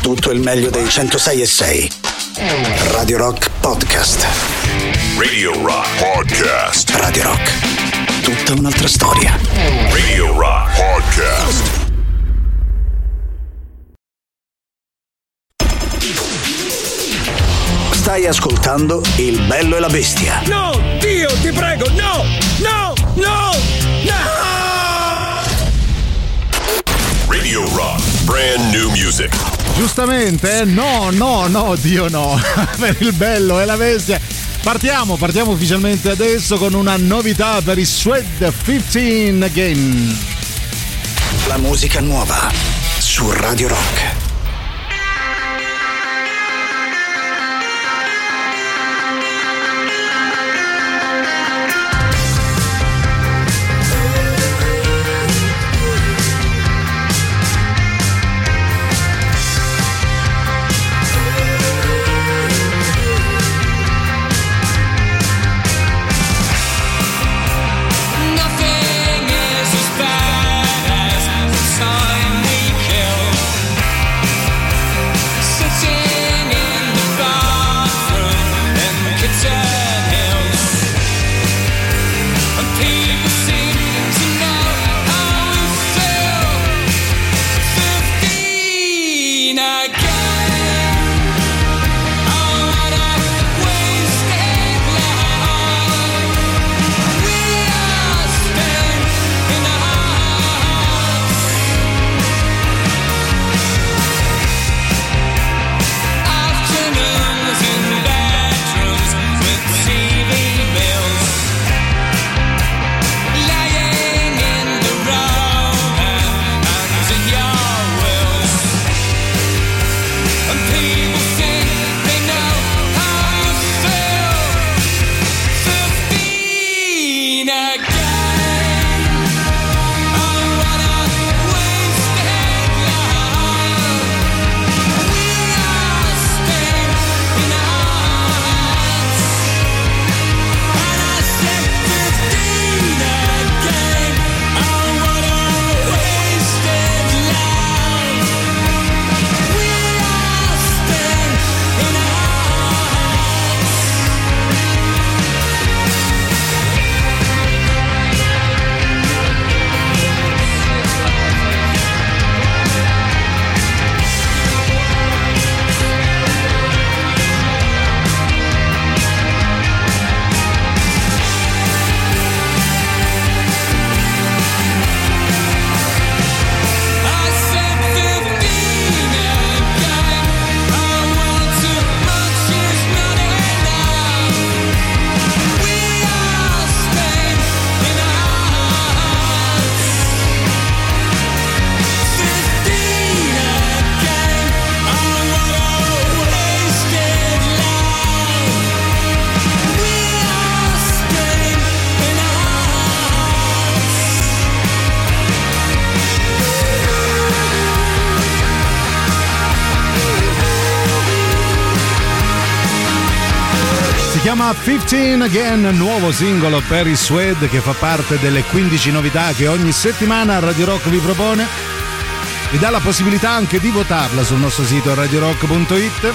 tutto il meglio dei 106.6. Radio Rock Podcast. Radio Rock Podcast. Radio Rock. Tutta un'altra storia. Radio Rock Podcast. Stai ascoltando Il Bello e la Bestia. No, Dio, ti prego, no, no, no, no! Radio Rock, brand new music. Giustamente, no, Dio no. Per Il Bello e la Bestia. Partiamo ufficialmente adesso con una novità per i Suede 15 Again. La musica nuova su Radio Rock. Si chiama 15 Again, nuovo singolo per i Suede che fa parte delle 15 novità che ogni settimana Radio Rock vi propone. Vi dà la possibilità anche di votarla sul nostro sito radiorock.it.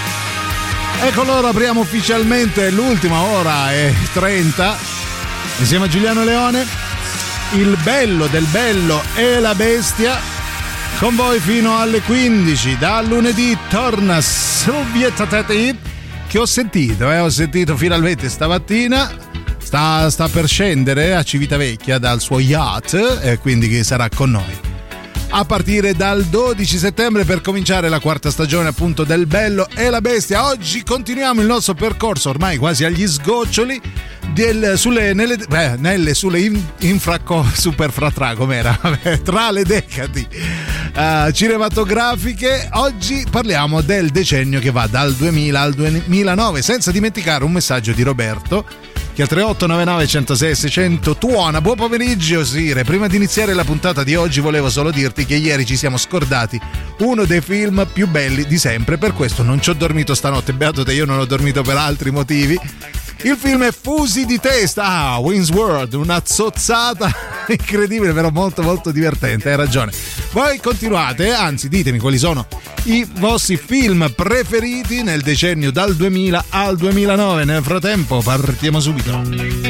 E con loro apriamo ufficialmente l'ultima ora e 30 insieme a Giuliano Leone. Il bello del bello e la bestia con voi fino alle 15. Da lunedì torna Soviet che ho sentito finalmente stamattina. Sta per scendere a Civitavecchia dal suo yacht e quindi che sarà con noi a partire dal 12 settembre per cominciare la quarta stagione appunto del Bello e la Bestia. Oggi continuiamo il nostro percorso ormai quasi agli sgoccioli tra le decadi cinematografiche. Oggi parliamo del decennio che va dal 2000 al 2009, senza dimenticare un messaggio di Roberto che al 3899 106 600 tuona. Buon pomeriggio Sire, prima di iniziare la puntata di oggi volevo solo dirti che ieri ci siamo scordati uno dei film più belli di sempre, per questo non ci ho dormito stanotte, beato te, io non ho dormito per altri motivi. Il film è Fusi di testa, Wayne's World, una zozzata incredibile, però molto molto divertente, hai ragione. Voi continuate, anzi ditemi quali sono i vostri film preferiti nel decennio dal 2000 al 2009. Nel frattempo partiamo subito.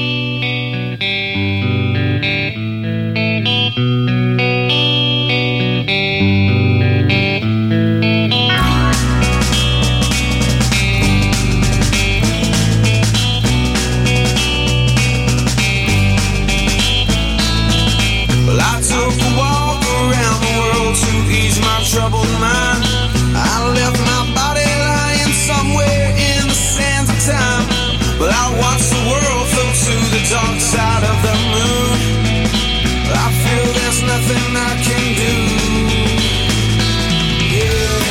Troubled mind, I left my body lying somewhere in the sands of time. But I watched the world float to the dark side of the moon. I feel there's nothing I can do. Yeah.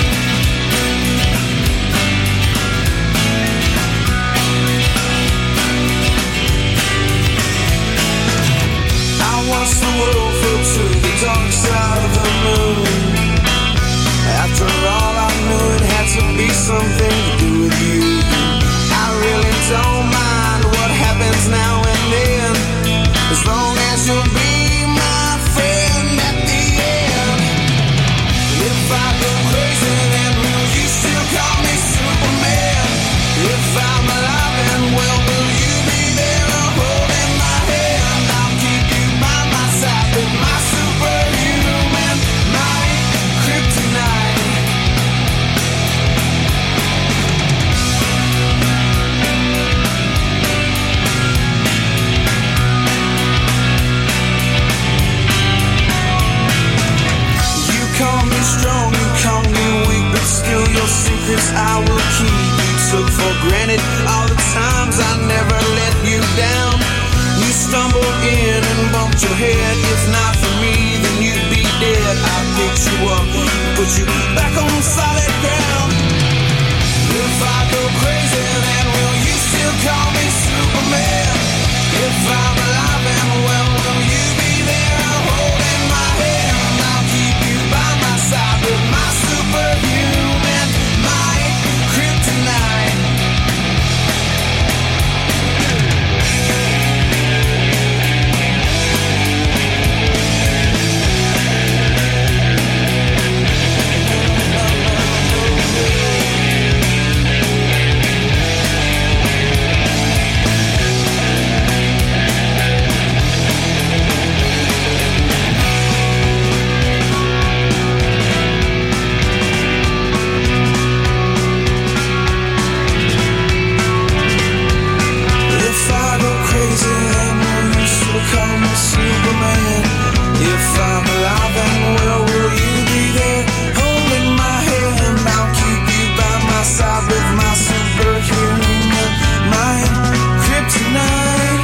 I watched the world float to the dark side of the moon. After all, I knew it had to be something to do with you. I really don't mind what happens now and then, as long as you'll be my friend at the end. If I go crazy, then will you still call me Superman? If I'm alive and well, will you be there holding my hand? I'll keep you by my side with my superhuman, my kryptonite. Call me strong, you call me weak, but still your secrets I will keep. You took for granted all the times I never let you down. You stumbled in and bumped your head. If not for me, then you'd be dead. I picked you up, put you back on solid ground. If I go crazy, then will you still call me Superman? If I'm alive and well, will you be there holding my hand? I'll keep you by my side with my superhuman, my kryptonite. Superman. If I'm alive and well, will you be there holding my hand? I'll keep you by my side with my superhuman, my kryptonite.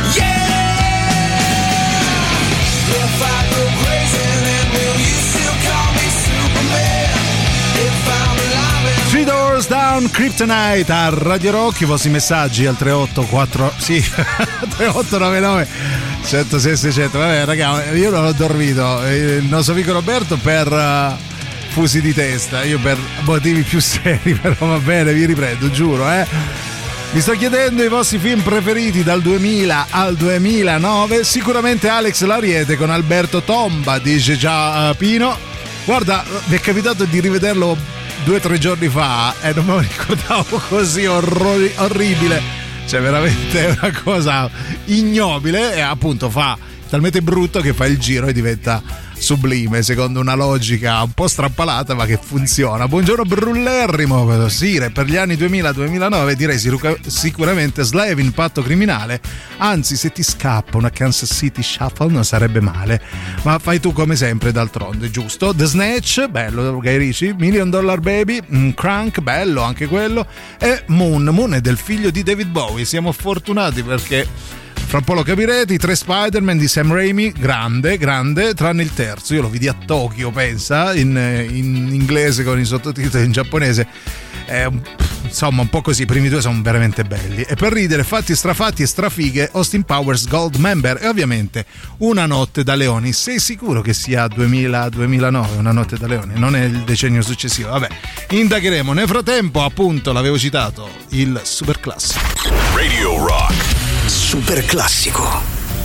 Yeah! If I go crazy, then will you still call me Superman? If I'm alive and Three Doors Down, Kryptonite a Radio Rock. I vostri messaggi al 384 sì 3899 106 600. Vabbè raga, io non ho dormito, il nostro amico Roberto per fusi di testa, io per motivi più seri, però va bene, vi riprendo, giuro. Vi sto chiedendo i vostri film preferiti dal 2000 al 2009. Sicuramente Alex Lariete con Alberto Tomba, dice già Pino. Guarda, mi è capitato di rivederlo 2 o 3 giorni fa e non me lo ricordavo così orribile. Cioè veramente è una cosa ignobile, e appunto fa talmente brutto che fa il giro e diventa sublime secondo una logica un po' strappalata ma che funziona. Buongiorno Brullerrimo, sì, per gli anni 2000-2009 direi sicuramente Slave, Patto Criminale, anzi se ti scappa una Kansas City Shuffle non sarebbe male, ma fai tu come sempre d'altronde, giusto? The Snatch, bello Guy Ritchie, $1 Million Baby, Crank, bello anche quello, e Moon è del figlio di David Bowie. Siamo fortunati perché fra un po' lo capirete. I 3 Spider-Man di Sam Raimi, grande, tranne il terzo, io lo vidi a Tokyo, pensa, in inglese con i sottotitoli in giapponese, insomma un po' così. I primi 2 sono veramente belli, e per ridere, fatti strafatti e strafighe, Austin Powers Gold Member e ovviamente Una notte da leoni. Sei sicuro che sia 2000-2009 Una notte da leoni, non è il decennio successivo? Vabbè, indagheremo. Nel frattempo, appunto, l'avevo citato, il Superclassico. Radio Rock. Super classico.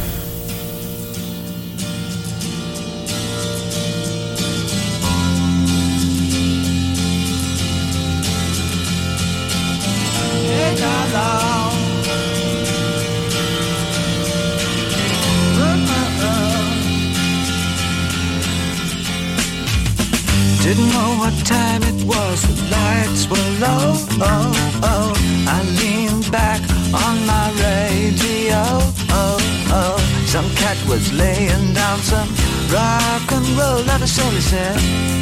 Didn't know what time it was, the lights were low. Oh, oh, I leaned back on my radio. Oh, oh, some cat was laying down some rock and roll, not a soul, he said.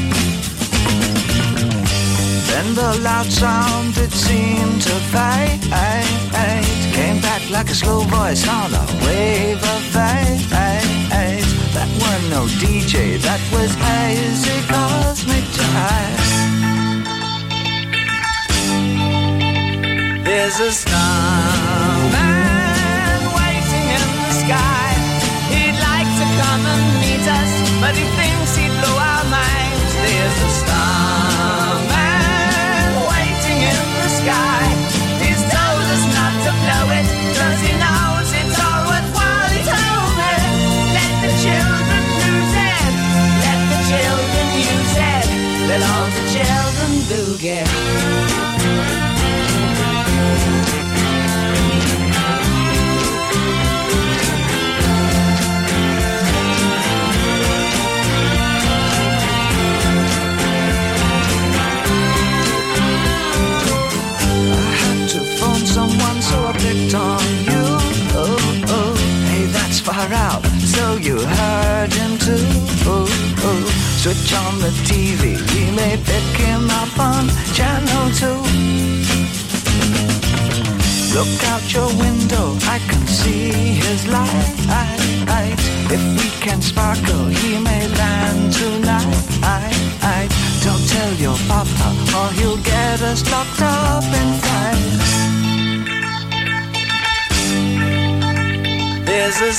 Then the loud sound, it seemed to fade. Came back like a slow voice on a wave of fate. That wasn't no DJ, that was hazy cosmic jive. There's a starman waiting in the sky. He'd like to come and meet us, but he thinks he'd blow our minds. There's a starman waiting in the sky. He's told us not to blow it, 'cause he knows it's all worthwhile. He told me, let the children lose it, let the children use it, let all the children boogie. Someone, so I picked on you. Oh, oh, hey, that's far out. So you heard him too. Oh, oh, switch on the TV. We may pick him up on channel 2. Look out your window, I can see his light. If we can sparkle, he may land tonight. Don't tell your papa, or he'll get us locked up in fights. There's a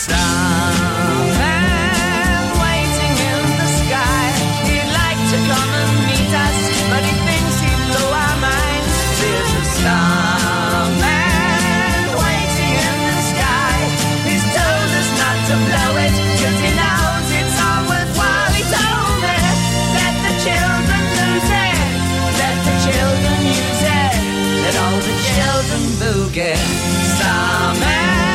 starman waiting in the sky. He'd like to come and meet us, but he thinks he'd blow our minds. There's a starman waiting in the sky. He's told us not to blow it, 'cause he knows it's all worthwhile. He told me, let the children lose it, let the children use it, let all the children boogie. Starman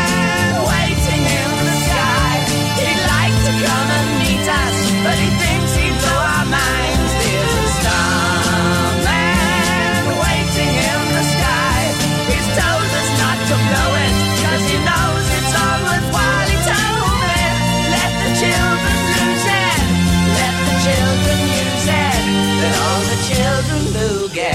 come and meet us, but he thinks he'd blow our minds. There's a starman waiting in the sky. He's told us not to blow it, 'cause he knows it's all worthwhile. He told me, let the children lose it, let the children use it, let all the children boogie.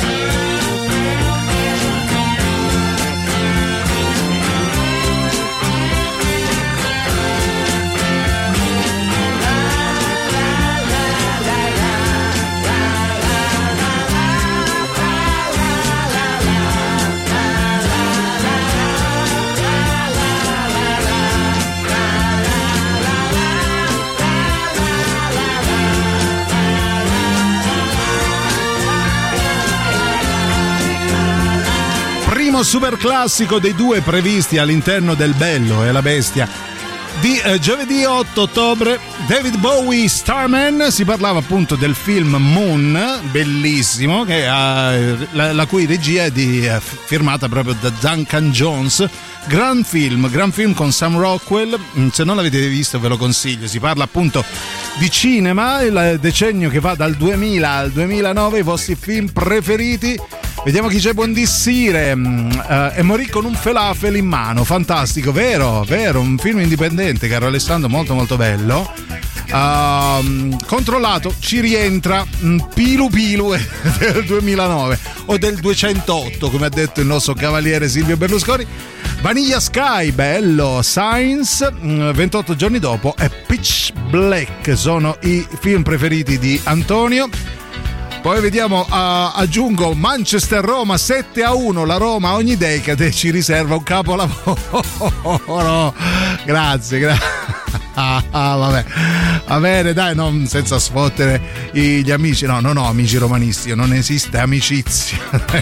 Super classico dei due previsti all'interno del Bello e la Bestia di giovedì 8 ottobre. David Bowie, Starman. Si parlava appunto del film Moon, bellissimo, che la cui regia è firmata proprio da Duncan Jones. Gran film con Sam Rockwell. Se non l'avete visto ve lo consiglio. Si parla appunto di cinema, il decennio che va dal 2000 al 2009, i vostri film preferiti. Vediamo chi c'è. Buon dissire. E morì con un falafel in mano. Fantastico, vero, un film indipendente, caro Alessandro, molto molto bello. Controllato, ci rientra Pilu del 2009 o del 208, come ha detto il nostro cavaliere Silvio Berlusconi. Vanilla Sky, bello. Science, 28 giorni dopo, e Pitch Black sono i film preferiti di Antonio. Poi vediamo, aggiungo Manchester-Roma 7-1, la Roma ogni decade ci riserva un capolavoro. Grazie. Vabbè, va bene, dai, non senza sfottere gli amici. No, non ho amici romanisti, non esiste amicizia.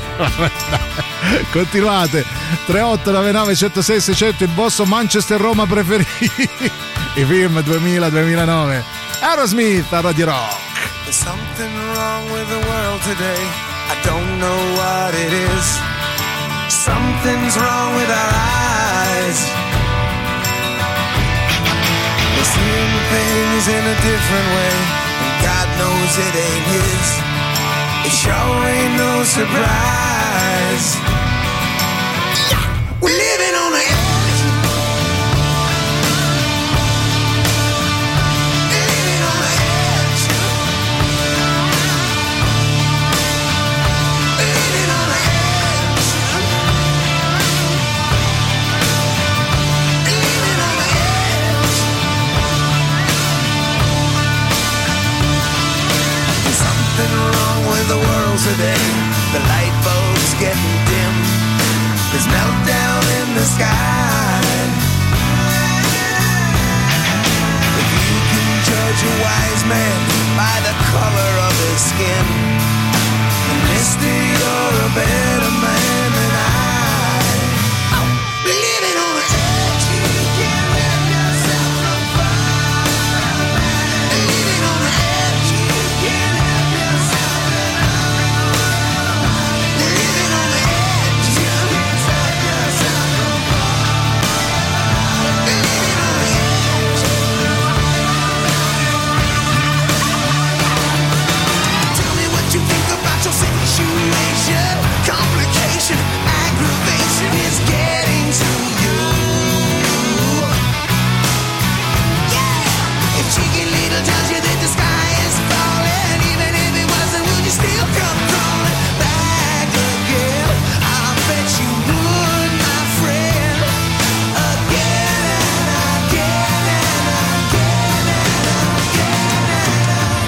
Continuate. 3899 106 600, il vostro Manchester Roma preferito. I film 2000-2009. Aerosmith a Radio Rock. There's something wrong with the world today. I don't know what it is. Something's wrong with our eyes. We're seeing things in a different way, and God knows it ain't his. It sure ain't no surprise. We're living on the edge. Living on the edge. Living on the edge. Living on the edge. There's something wrong with the world today. The light bulb's getting dim. There's meltdown in the sky. If you can judge a wise man by the color of his skin, then mister, you're a better man than I. Living on the edge, you can't let yourself from far. Living on the edge, you can't help yourself at all. Living on the edge, you can't stop yourself from falling. Living on the edge. Tell me what you think about your situation. Complication, aggravation is getting to you. Yeah. If Cheeky Little tells you that the sky is falling, even if it wasn't, would you still come crawling back again? I bet you would, my friend. Again and again and again and again and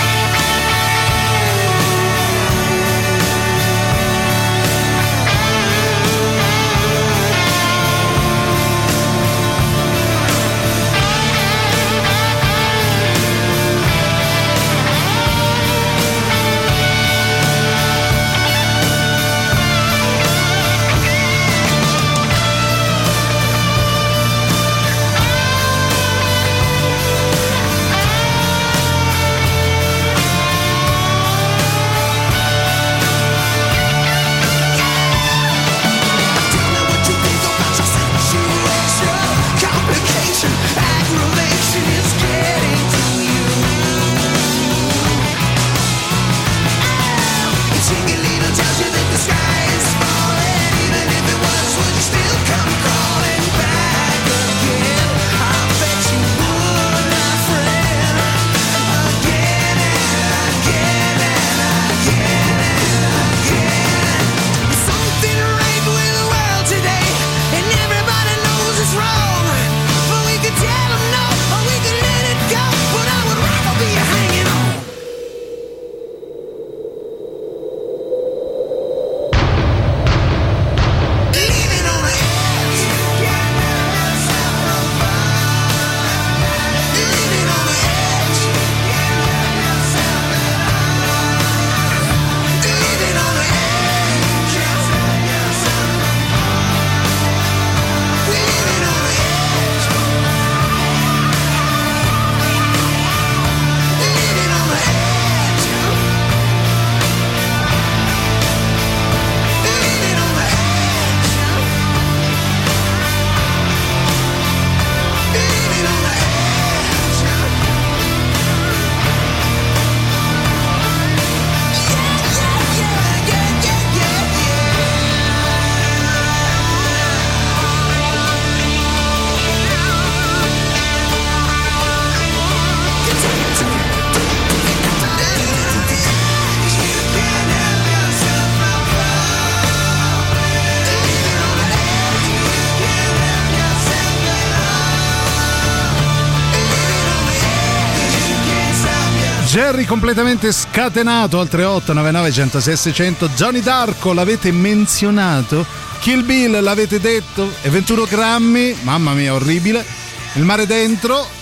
Jerry completamente scatenato al 3899 106 600. Johnny Darko l'avete menzionato, Kill Bill l'avete detto, e 21 grammi, mamma mia orribile, Il mare dentro,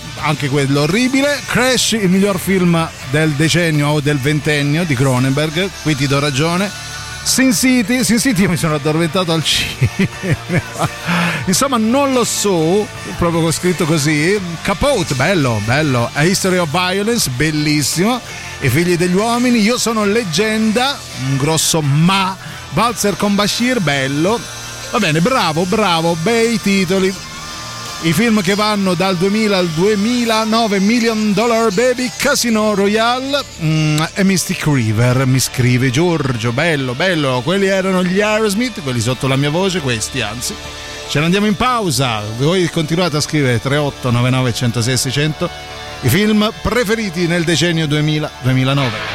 anche quello orribile. Crash, il miglior film del decennio o del ventennio di Cronenberg, qui ti do ragione. Sin City io mi sono addormentato al cinema. Insomma, non lo so, proprio ho scritto così. Capote, bello. A History of Violence, bellissimo. I figli degli uomini, Io sono leggenda, un grosso ma. Walzer con Bashir, bello. Va bene, bravo, bei titoli. I film che vanno dal 2000 al 2009, $1 Million Baby, Casino Royale e Mystic River. Mi scrive Giorgio, bello. Quelli erano gli Aerosmith, quelli sotto la mia voce, questi anzi. Ce ne andiamo in pausa. Voi continuate a scrivere 38 99 106 600 i film preferiti nel decennio 2000-2009.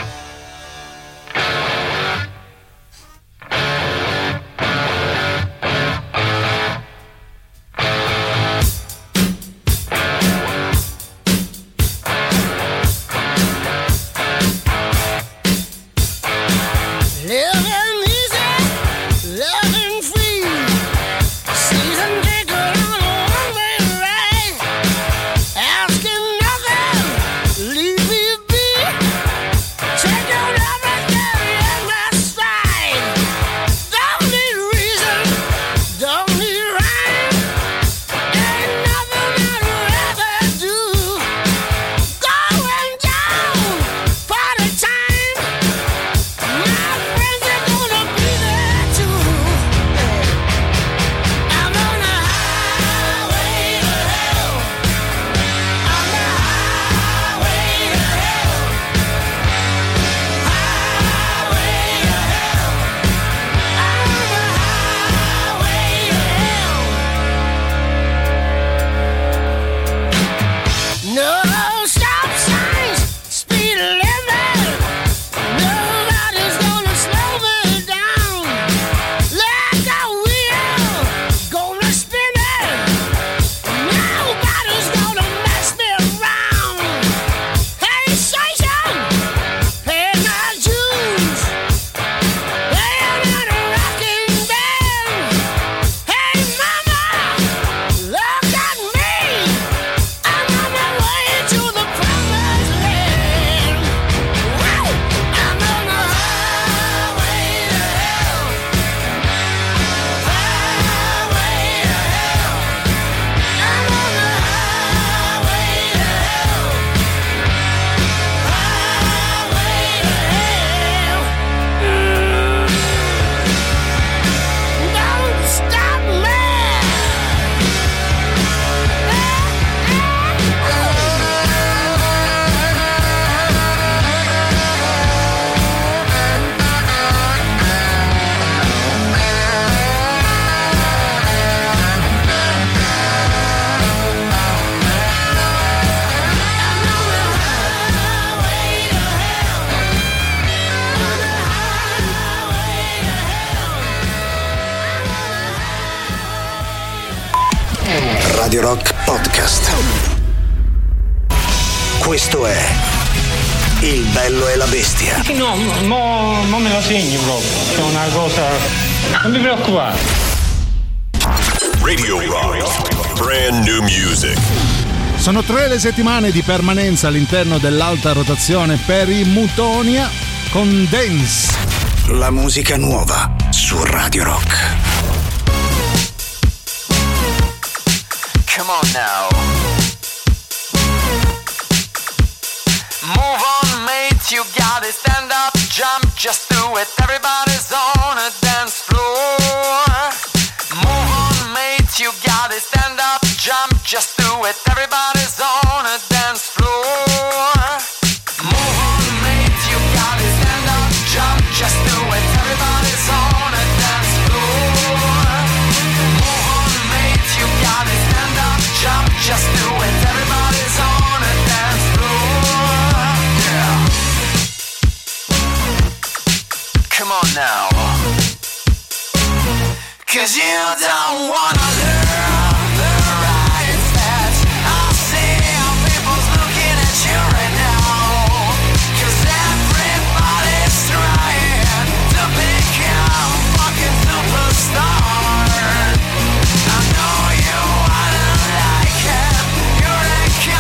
Radio Rock Podcast. Questo è Il Bello e la Bestia. No, mo me lo segni proprio. È una cosa. Non mi preoccupare. Radio Rock, brand new music. Sono 3 le settimane di permanenza all'interno dell'alta rotazione per i Mutonia con Dance. La musica nuova su Radio Rock. Come on now. Move on, mate, you gotta stand up, jump, just do it. Everybody's on a dance floor. Move on, mate, you gotta stand up, jump, just do it. Everybody's on a dance floor. Move on, mate, you gotta stand up, jump, just do it. Everybody's on a dance floor. Move on, mate, you gotta stand up, jump, just do it. Everybody's on a dance floor. Yeah. Come on now. 'Cause you don't wanna learn the right that I see how people's looking at you right now. 'Cause everybody's trying to become fucking superstar. I know you wanna like it, you're a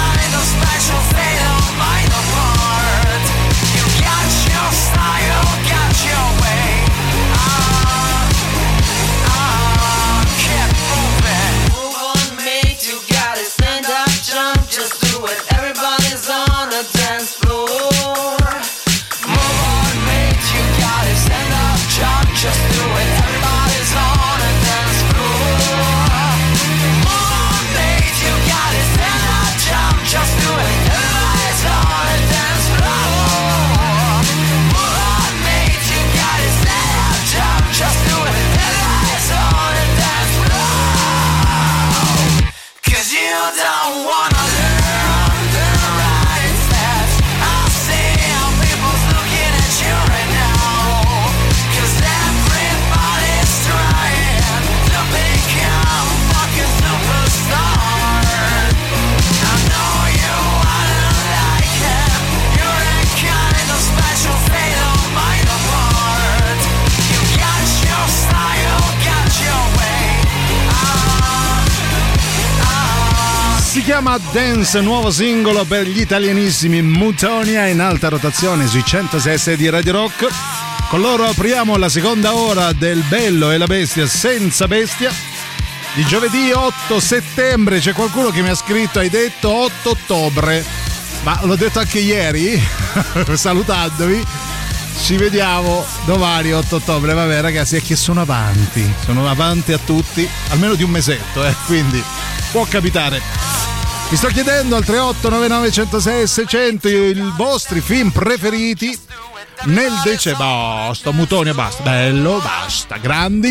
chiama Dance, nuovo singolo per gli italianissimi Mutonia, in alta rotazione sui 106 di Radio Rock. Con loro apriamo la seconda ora del Bello e la Bestia senza bestia di giovedì 8 settembre. C'è qualcuno che mi ha scritto: hai detto 8 ottobre, ma l'ho detto anche ieri salutandovi. Ci vediamo domani 8 ottobre. Vabbè ragazzi, è che sono avanti a tutti, almeno di un mesetto, quindi può capitare. Vi sto chiedendo al 38 99 106 600 i vostri film preferiti nel basta Mutonia, basta, bello, basta, grandi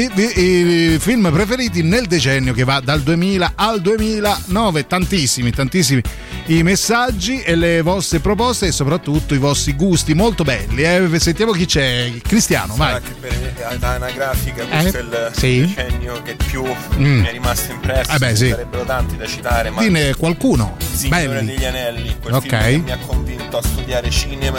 i film preferiti nel decennio che va dal 2000 al 2009. Tantissimi i messaggi e le vostre proposte e soprattutto i vostri gusti molto belli. Sentiamo chi c'è. Cristiano, vai. Che per anagrafica questo è il decennio che più mi è rimasto impresso. Sì. Sarebbero tanti da citare, ma dine qualcuno. Signore degli Anelli, quel film che mi ha convinto a studiare cinema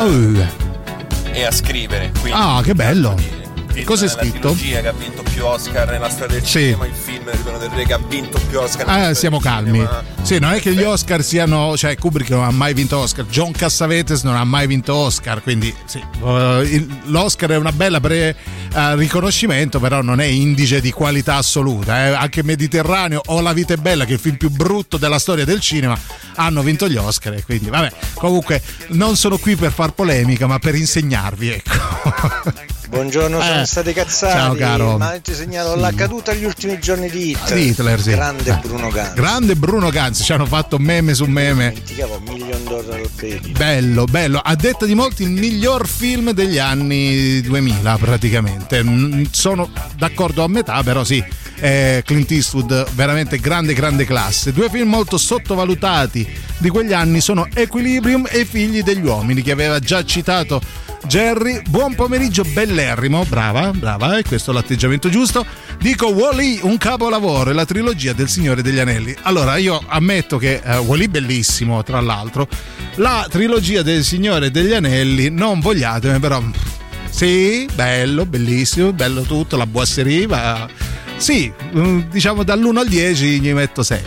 e a scrivere. Quindi, che bello. Cosa è scritto? La trilogia che ha vinto più Oscar nella storia del cinema, il film Ritorno del Re che ha vinto più Oscar nella storia siamo del calmi. cinema. Sì, non è che gli Oscar siano, cioè Kubrick non ha mai vinto Oscar, John Cassavetes non ha mai vinto Oscar, quindi sì, l'Oscar è una bella riconoscimento, però non è indice di qualità assoluta. Anche Mediterraneo o La vita è bella, che è il film più brutto della storia del cinema, hanno vinto gli Oscar, e quindi vabbè, comunque non sono qui per far polemica ma per insegnarvi, ecco. Buongiorno, sono state cazzate. Ciao caro. Ma ti segnalo la caduta agli ultimi giorni di Hitler, sì. Grande Bruno Ganz, ci hanno fatto meme su meme. Dimenticavo $1 Million al credito. Bello, a detta di molti il miglior film degli anni 2000 praticamente. Sono d'accordo a metà, però sì, Clint Eastwood veramente grande classe. Due film molto sottovalutati di quegli anni sono Equilibrium e Figli degli uomini, che aveva già citato Jerry. Buon pomeriggio bellerrimo, brava, è questo l'atteggiamento giusto. Dico Wall-E, un capolavoro, e la trilogia del Signore degli Anelli. Allora io ammetto che Wall-E bellissimo, tra l'altro. La trilogia del Signore degli Anelli non vogliatemi, però sì, bello, bellissimo, bello tutto, la boisserie, ma sì, diciamo dall'1 al 10 gli metto 6.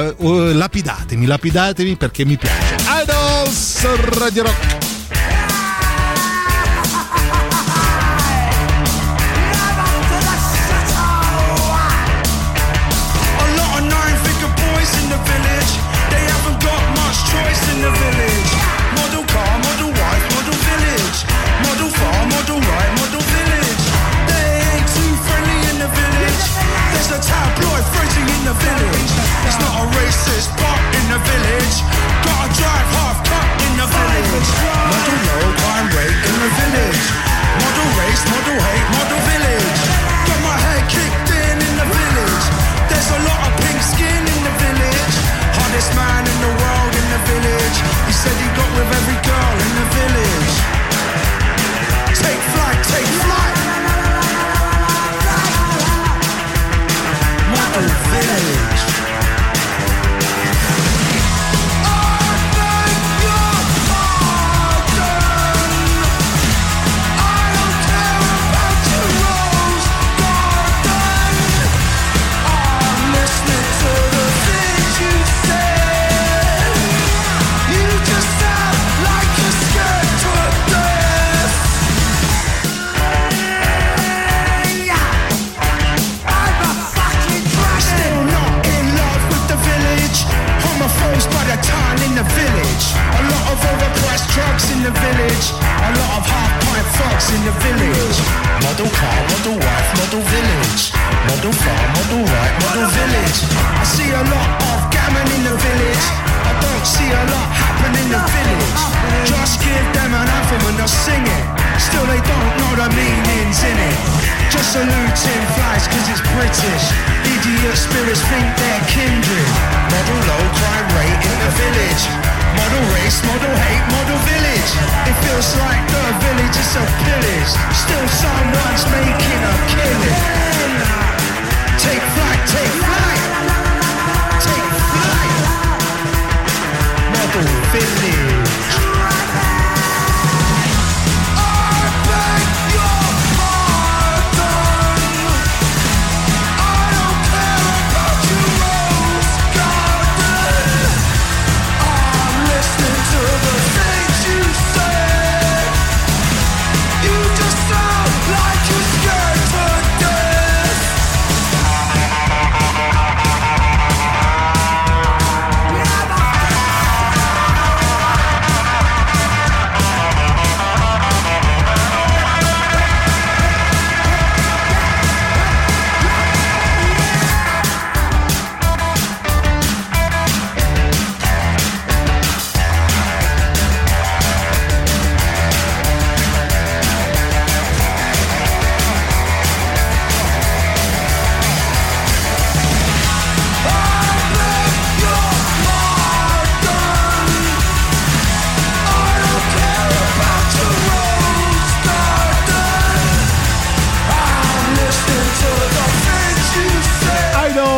Lapidatemi perché mi piace. Idols Radio Rock. In the village, model car, model wife, model village, model farm, model right, model village. They ain't too friendly in the village. There's a tabloid frenzy in the village. It's not a racist part in the village. Gotta drive half cut in the village. Model low, crime rate in the village. Model race, model hate, model village. Got my head kicked in the village. There's a lot of pink skin in the village. Hardest man in the world in the village. He said he got with every girl in the village. Take flight, take flight. Model village. I beg your pardon. I don't care about your rose garden. I'm listening to the things you say. You just sound like you're scared to death. I'm a fucking dragon. Still not in love with the village. Homophobes by the ton in the village. A lot of overpriced drugs in the village. A lot of half-pint thugs in the village. Model car, model wife, model village. Model farm, model right, model village. I see a lot of gammon in the village. I don't see a lot happen in the village. Just give them an anthem and they'll sing it. Still they don't know the meanings in it. Just saluting flies cause it's British. Idiot spirits think they're kindred. Model low crime rate in the village. Model race, model hate, model village. It feels like the village is so pillaged. Still someone's making a killing. Take flight, take flight. Take flight. Model village. I beg your pardon. I don't care about your rose garden.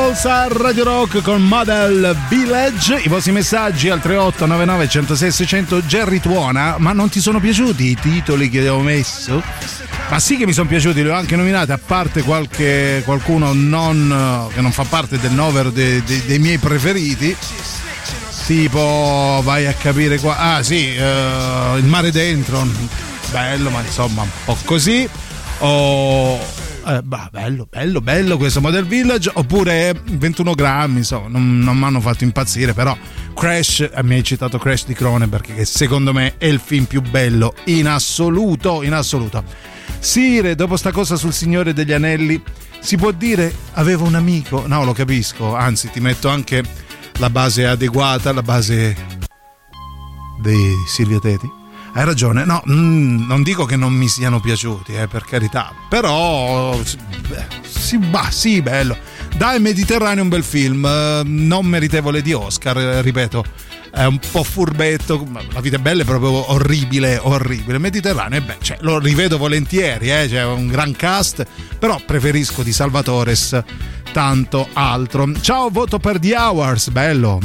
Beatles a Radio Rock con Model Village. I vostri messaggi al 3899 106 600. Jerry Tuona, ma non ti sono piaciuti i titoli che ho messo? Ma sì che mi sono piaciuti, li ho anche nominati, a parte qualcuno che non fa parte del novero dei miei preferiti, tipo vai a capire qua. Ah sì, Il mare dentro, bello, ma insomma un po' così. Bello questo Model Village. Oppure 21 grammi, insomma non mi hanno fatto impazzire, però Crash, mi hai citato Crash di Cronenberg, che secondo me è il film più bello in assoluto. Sire, dopo sta cosa sul Signore degli Anelli, si può dire avevo un amico? No, lo capisco, anzi ti metto anche la base adeguata, la base di Silvia Teti. Hai ragione, no, non dico che non mi siano piaciuti, per carità, però sì, bello. Dai, Mediterraneo, un bel film, non meritevole di Oscar, ripeto, è un po' furbetto. La vita è bella, è proprio orribile. Mediterraneo, lo rivedo volentieri, c'è un gran cast, però preferisco di Salvatores tanto altro. Ciao, voto per The Hours, bello,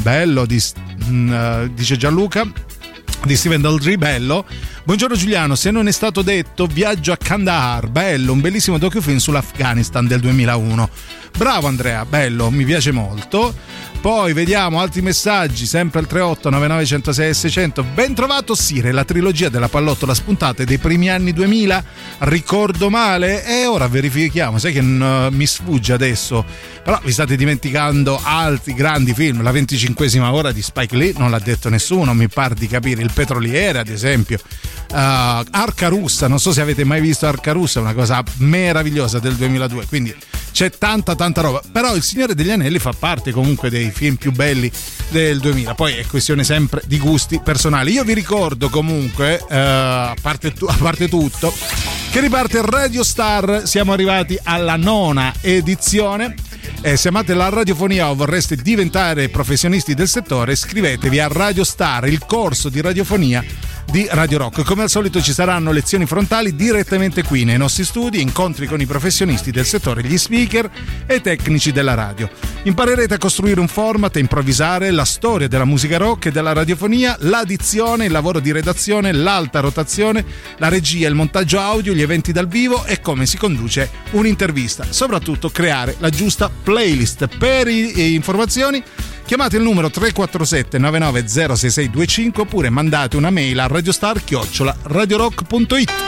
dice Gianluca, di Steven Daldry, bello. Buongiorno Giuliano, se non è stato detto, Viaggio a Kandahar, bello, un bellissimo docufilm sull'Afghanistan del 2001. Bravo Andrea, bello, mi piace molto. Poi vediamo altri messaggi, sempre al 3899 106 600. Ben trovato Sire, la trilogia della pallottola spuntate dei primi anni 2000, ricordo male? E ora verifichiamo, sai che mi sfugge adesso, però vi state dimenticando altri grandi film. La 25esima ora di Spike Lee, non l'ha detto nessuno, mi par di capire. Il Petroliere, ad esempio. Arca Russa, non so se avete mai visto Arca Russa, è una cosa meravigliosa del 2002, quindi c'è tanta roba. Però Il Signore degli Anelli fa parte comunque dei film più belli del 2000, poi è questione sempre di gusti personali. Io vi ricordo comunque, a parte tutto, che riparte Radio Star. Siamo arrivati alla 9ª edizione. Se amate la radiofonia o vorreste diventare professionisti del settore, iscrivetevi a Radio Star, il corso di radiofonia di Radio Rock. Come al solito ci saranno lezioni frontali direttamente qui nei nostri studi, incontri con i professionisti del settore, gli speaker e i tecnici della radio. Imparerete a costruire un format, a improvvisare, la storia della musica rock e della radiofonia, l'addizione, il lavoro di redazione, l'alta rotazione, la regia, il montaggio audio, gli eventi dal vivo e come si conduce un'intervista. Soprattutto creare la giusta playlist. Per informazioni chiamate il numero 347 990665 oppure mandate una mail a radiostar@radiorock.it.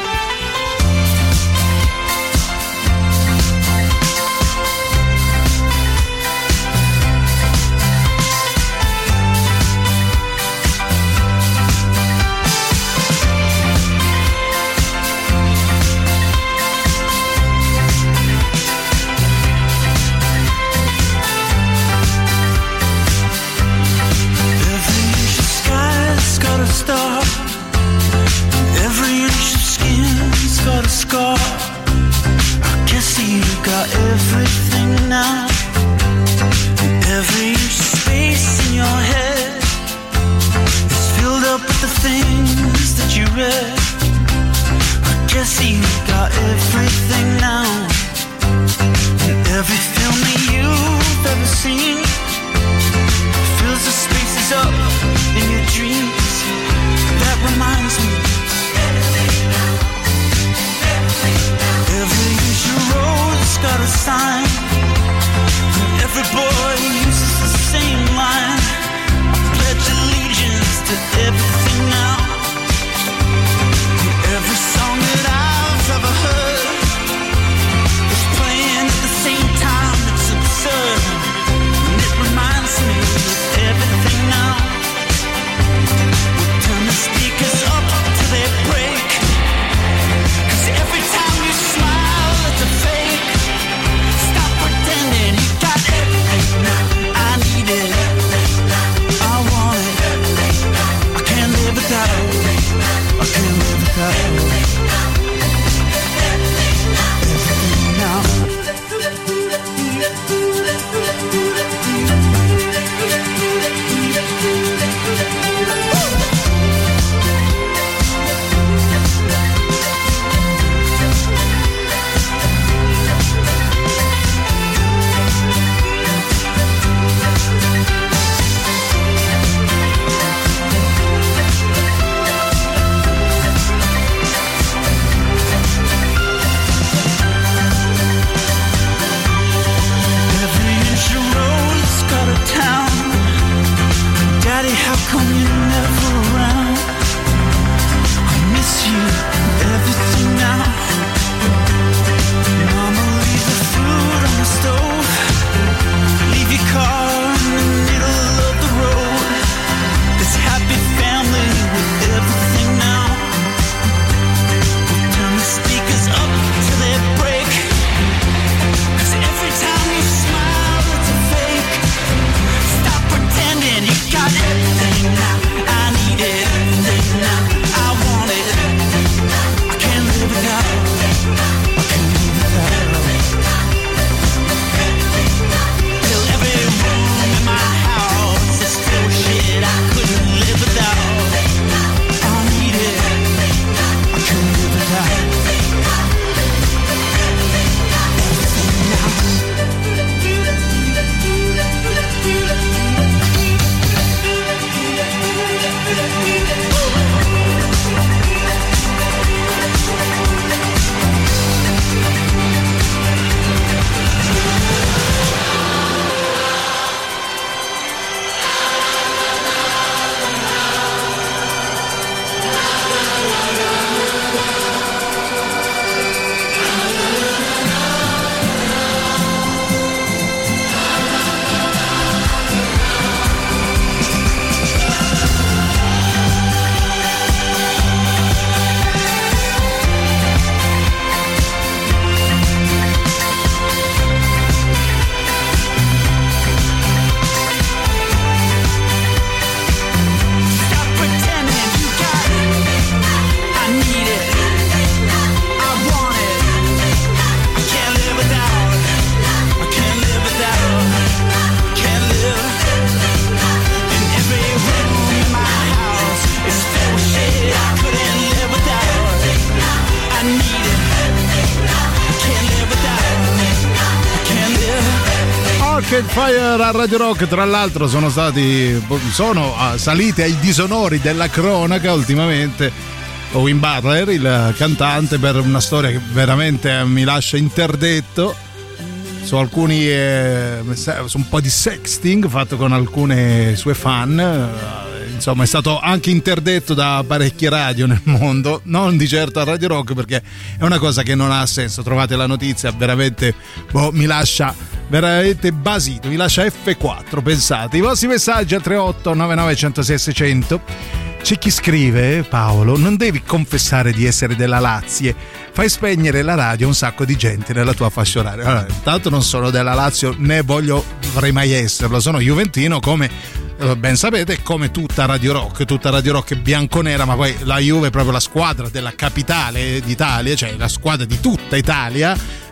Arcade Fire a Radio Rock, tra l'altro sono salite ai disonori della cronaca ultimamente. Owen Butler, il cantante, per una storia che veramente mi lascia interdetto su alcuni su un po' di sexting fatto con alcune sue fan. Insomma, è stato anche interdetto da parecchie radio nel mondo, non di certo a Radio Rock, perché è una cosa che non ha senso. Trovate la notizia, veramente mi lascia veramente basito, mi lascia F4. Pensate, i vostri messaggi al 38 99 106 600. C'è chi scrive: Paolo, non devi confessare di essere della Lazio, fai spegnere la radio a un sacco di gente nella tua fascia oraria. Allora, intanto non sono della Lazio, né vorrei mai esserlo, sono juventino, come ben sapete, come tutta Radio Rock è bianconera, ma poi la Juve è proprio la squadra della capitale d'Italia, cioè la squadra di tutta Italia,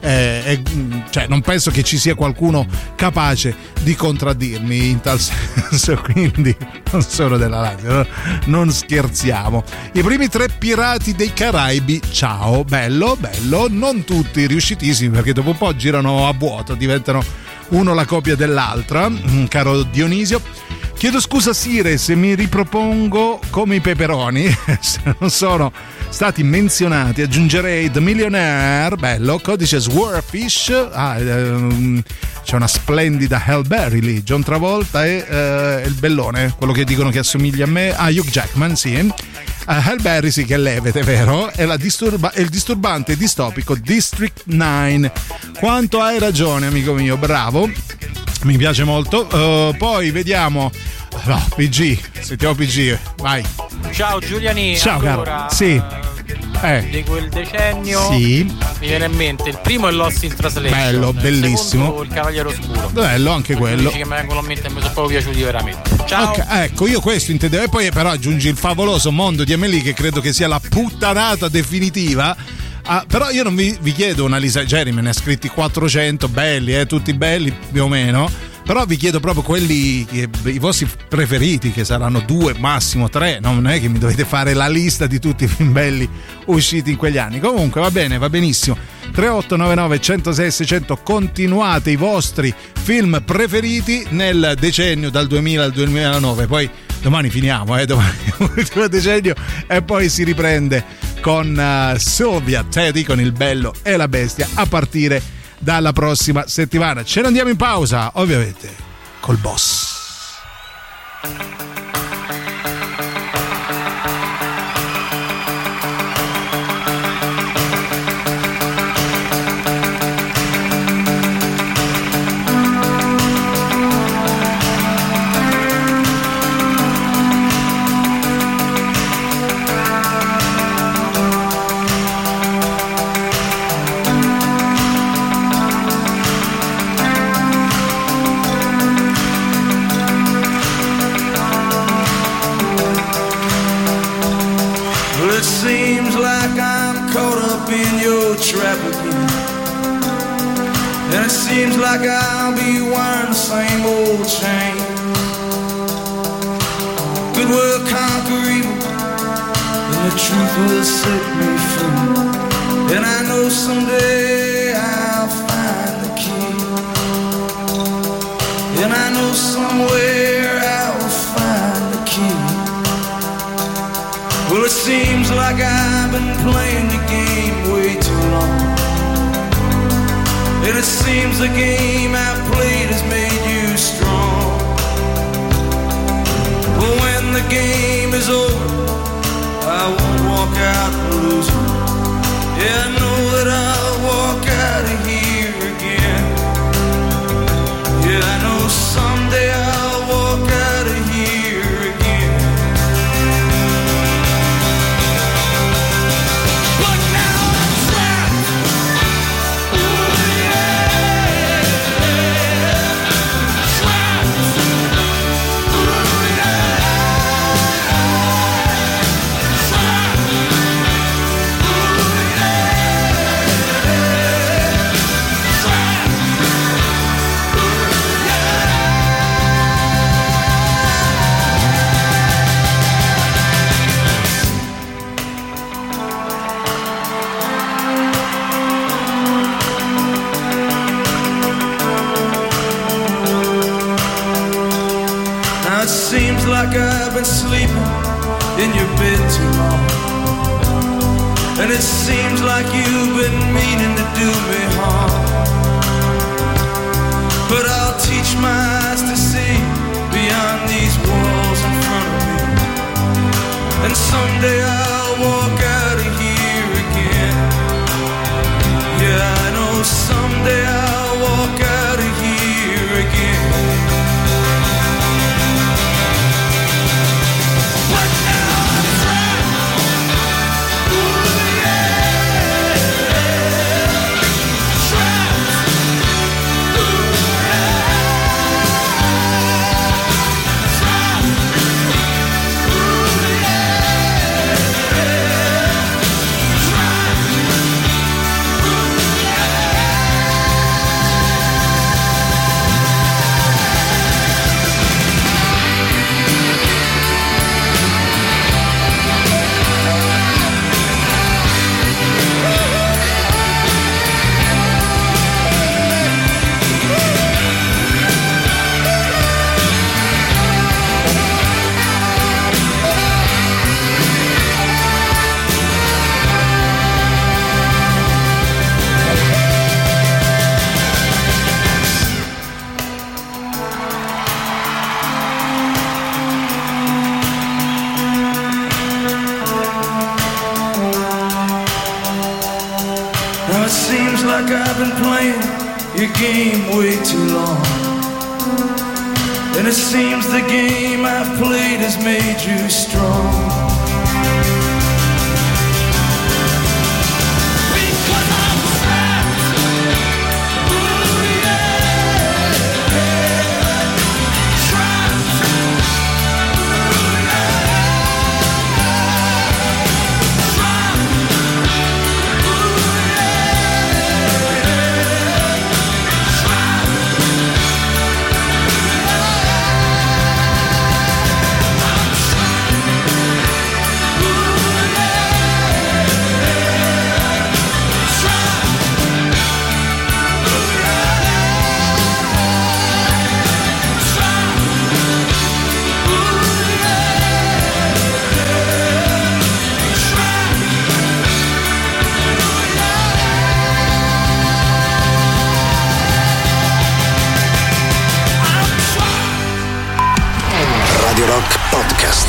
cioè non penso che ci sia qualcuno capace di contraddirmi in tal senso, quindi non sono della Lazio, non scherziamo. I primi 3 pirati dei Caraibi, ciao, bello, non tutti riuscitissimi, perché dopo un po' girano a vuoto, diventano uno la copia dell'altra, caro Dionisio. Chiedo scusa Sire se mi ripropongo come i peperoni, se non sono stati menzionati. Aggiungerei The Millionaire, bello, codice Swordfish, c'è una splendida Halle Berry lì, John Travolta e il bellone, quello che dicono che assomiglia a me, Hugh Jackman, sì. Halle Berry sì che è levete, vero? E il disturbante e distopico District 9. Quanto hai ragione, amico mio, bravo, mi piace molto. Poi vediamo, PG, sentiamo PG, vai. Ciao Giuliani. Ciao allora, caro, sì. Di quel decennio, sì, mi viene in mente il primo è Lost in Translation, bello, bellissimo. Il Cavaliere Oscuro, bello anche quello. Che mi vengono in mente, mi sono proprio piaciuti veramente. Ciao. Okay, ecco, io questo intendevo. E poi però aggiungi il favoloso mondo di Amélie, che credo che sia la puttanata definitiva. Però io non vi chiedo una lista, Jerry me ne ha scritti 400 belli, tutti belli più o meno. Però vi chiedo proprio quelli i vostri preferiti, che saranno 2, massimo 3. Non è che mi dovete fare la lista di tutti i film belli usciti in quegli anni. Comunque va bene, va benissimo. 3899 106 600, continuate i vostri film preferiti nel decennio dal 2000 al 2009. Poi domani finiamo, domani l'ultimo decennio, e poi si riprende con Sylvia Teddy, con Il bello e la bestia, a partire dalla prossima settimana. Ce ne andiamo in pausa, ovviamente col boss. Trap again, and it seems like I'll be wearing the same old chain. Good will conquer evil, and the truth will set me free. And I know someday I'll find the key, and I know somewhere I'll find the key. Well, it seems like I've been playing the game way too long, and it seems the game I've played has made you strong. But when the game is over, I won't walk out a loser. Yeah, I know that I'll walk out of here again. Yeah, I know someday I'll walk out of here again. But now I'm trapped. Ooh, yeah. Trapped. Ooh, yeah. Trapped. Ooh, yeah. like I've been sleeping in your bed too long. And it seems like you've been meaning to do me harm. But I'll teach my eyes to see beyond these walls in front of me. And someday I'll walk out of here again. Yeah, I know someday I'll walk out of here again. But now I'm trapped. Ooh, yeah. Trapped. Ooh, yeah. Trapped. Ooh, yeah. Now it seems like I've been playing your game way too long. And it seems the game I've played has made you strong. Radio Rock Podcast.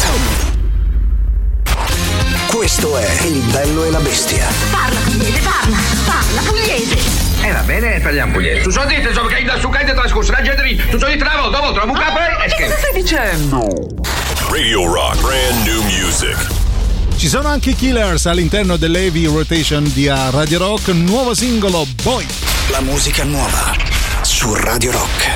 Questo è Il Bello e la Bestia. Parla pugliese, parla pugliese. Va bene, parliamo pugliese. Tu sono dite, insomma, che da su che trascorso la gente tu sono di travo, dopo trovo un capo e che stai dicendo? Radio Rock, brand new music. Ci sono anche i Killers all'interno dell'Heavy Rotation di Radio Rock, nuovo singolo Boy. La musica nuova su Radio Rock.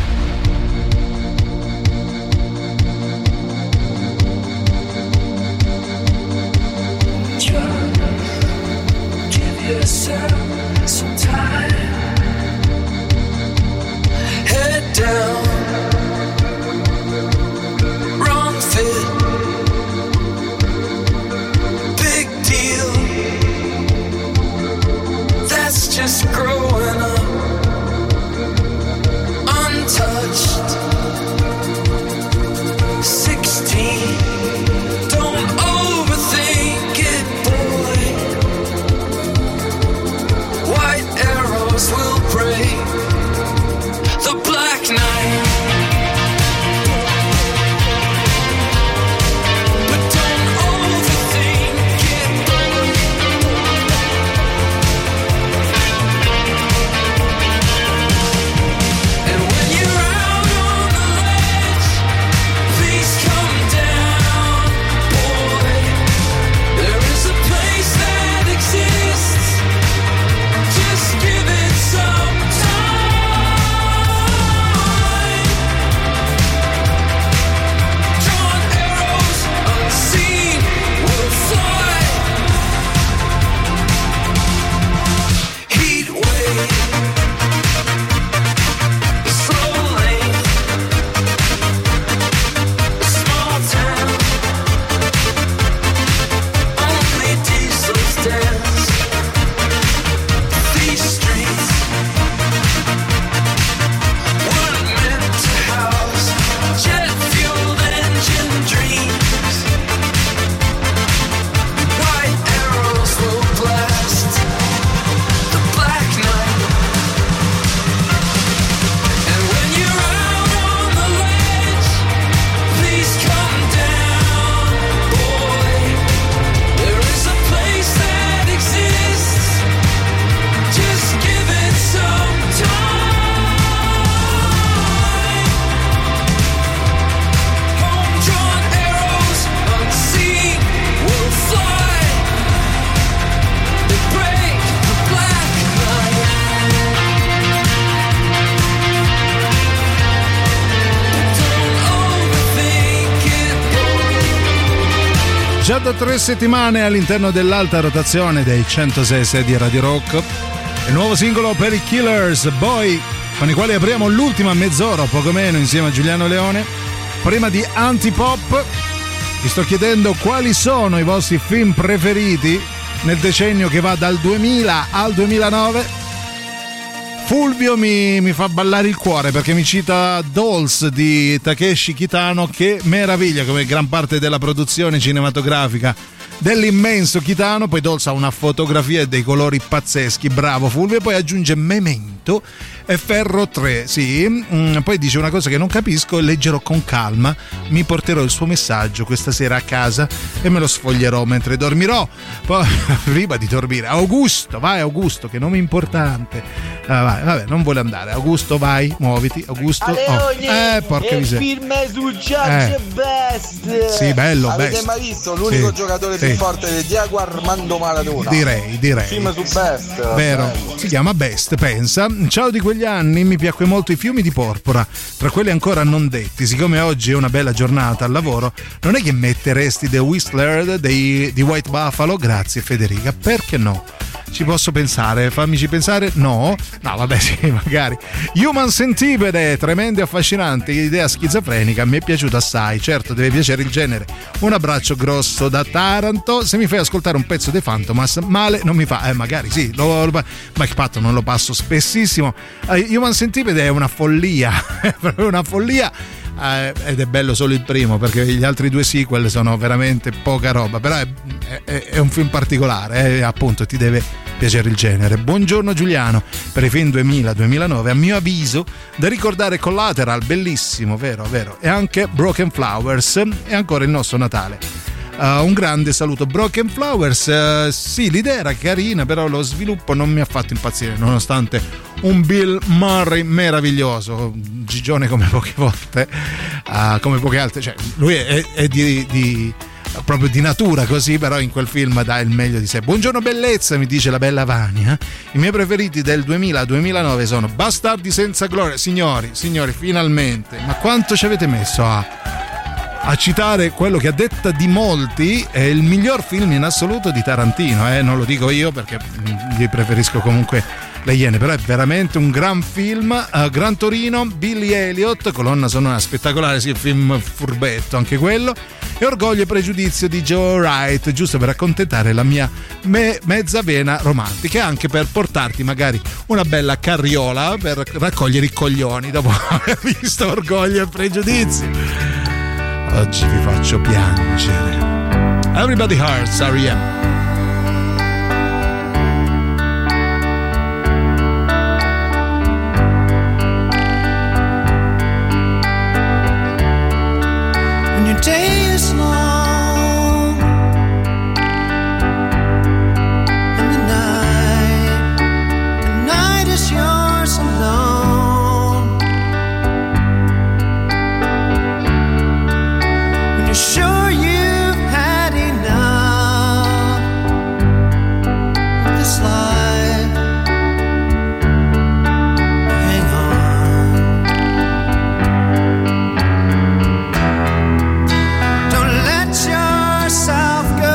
Yourself some time. Head down, wrong fit, big deal. That's just growing up, untouched. 16, don't overthink it, boy. White arrows will break the black night. But don't overthink it. già da 3 settimane all'interno dell'alta rotazione dei 106 di Radio Rock. Il nuovo singolo per i Killers, Boy, con i quali apriamo l'ultima mezz'ora, poco meno, insieme a Giuliano Leone. Prima di Antipop, vi sto chiedendo quali sono i vostri film preferiti nel decennio che va dal 2000 al 2009. Fulvio mi fa ballare il cuore perché mi cita Dolls di Takeshi Kitano, che meraviglia come gran parte della produzione cinematografica dell'immenso Kitano. Poi Dolls ha una fotografia e dei colori pazzeschi, bravo Fulvio. Poi aggiunge Memento e Ferro 3, sì. Poi dice una cosa che non capisco: leggerò con calma, mi porterò il suo messaggio questa sera a casa e me lo sfoglierò mentre dormirò. Poi prima di dormire, Augusto, vai Augusto, che nome importante. Vai, vabbè, non vuole andare. Augusto, vai, muoviti. Augusto, porca miseria. Il film su Judge Best. Sì, bello. Avete Best. mai visto l'unico giocatore più forte del Diego Armando Maradona? Direi. Film su Best. Vero, si chiama Best, pensa. Ciao, di quegli anni mi piacque molto I fiumi di porpora, tra quelli ancora non detti. Siccome oggi è una bella giornata al lavoro, non è che metteresti The Whistler di White Buffalo? Grazie Federica, perché no? Ci posso pensare, fammici pensare. No, vabbè, sì, magari. Human Centipede, tremenda e affascinante idea schizofrenica, mi è piaciuta assai. Certo, deve piacere il genere. Un abbraccio grosso da Taranto. Se mi fai ascoltare un pezzo dei Fantomas, male non mi fa. Magari sì, Mike Patton non lo passo spessissimo. Human Centipede è una follia, è proprio una follia. Ed è bello solo il primo, perché gli altri 2 sequel sono veramente poca roba. Però è un film particolare, appunto ti deve piacere il genere. Buongiorno Giuliano, per i film 2000-2009 a mio avviso da ricordare Collateral, bellissimo, vero, e anche Broken Flowers e ancora il nostro Natale. Un grande saluto. Broken Flowers, sì, l'idea era carina, però lo sviluppo non mi ha fatto impazzire, nonostante un Bill Murray meraviglioso, Gigione come poche volte, come poche altre, cioè lui è di proprio di natura così, però in quel film dà il meglio di sé. Buongiorno bellezza, mi dice la bella Vania. I miei preferiti del 2000-2009 sono Bastardi senza gloria. Signori, finalmente, ma quanto ci avete messo a citare quello che a detta di molti è il miglior film in assoluto di Tarantino, non lo dico io perché gli preferisco comunque Le Iene, però è veramente un gran film. Gran Torino, Billy Elliot, colonna sonora spettacolare, sì, film furbetto anche quello, e Orgoglio e Pregiudizio di Joe Wright, giusto per accontentare la mia mezza vena romantica e anche per portarti magari una bella carriola per raccogliere i coglioni dopo aver visto Orgoglio e Pregiudizio. Oggi vi faccio piangere. Everybody Hurts, R.E.M. When your day is long and the night is yours alone. When you're sure you've had enough of this life, hang on. Don't let yourself go,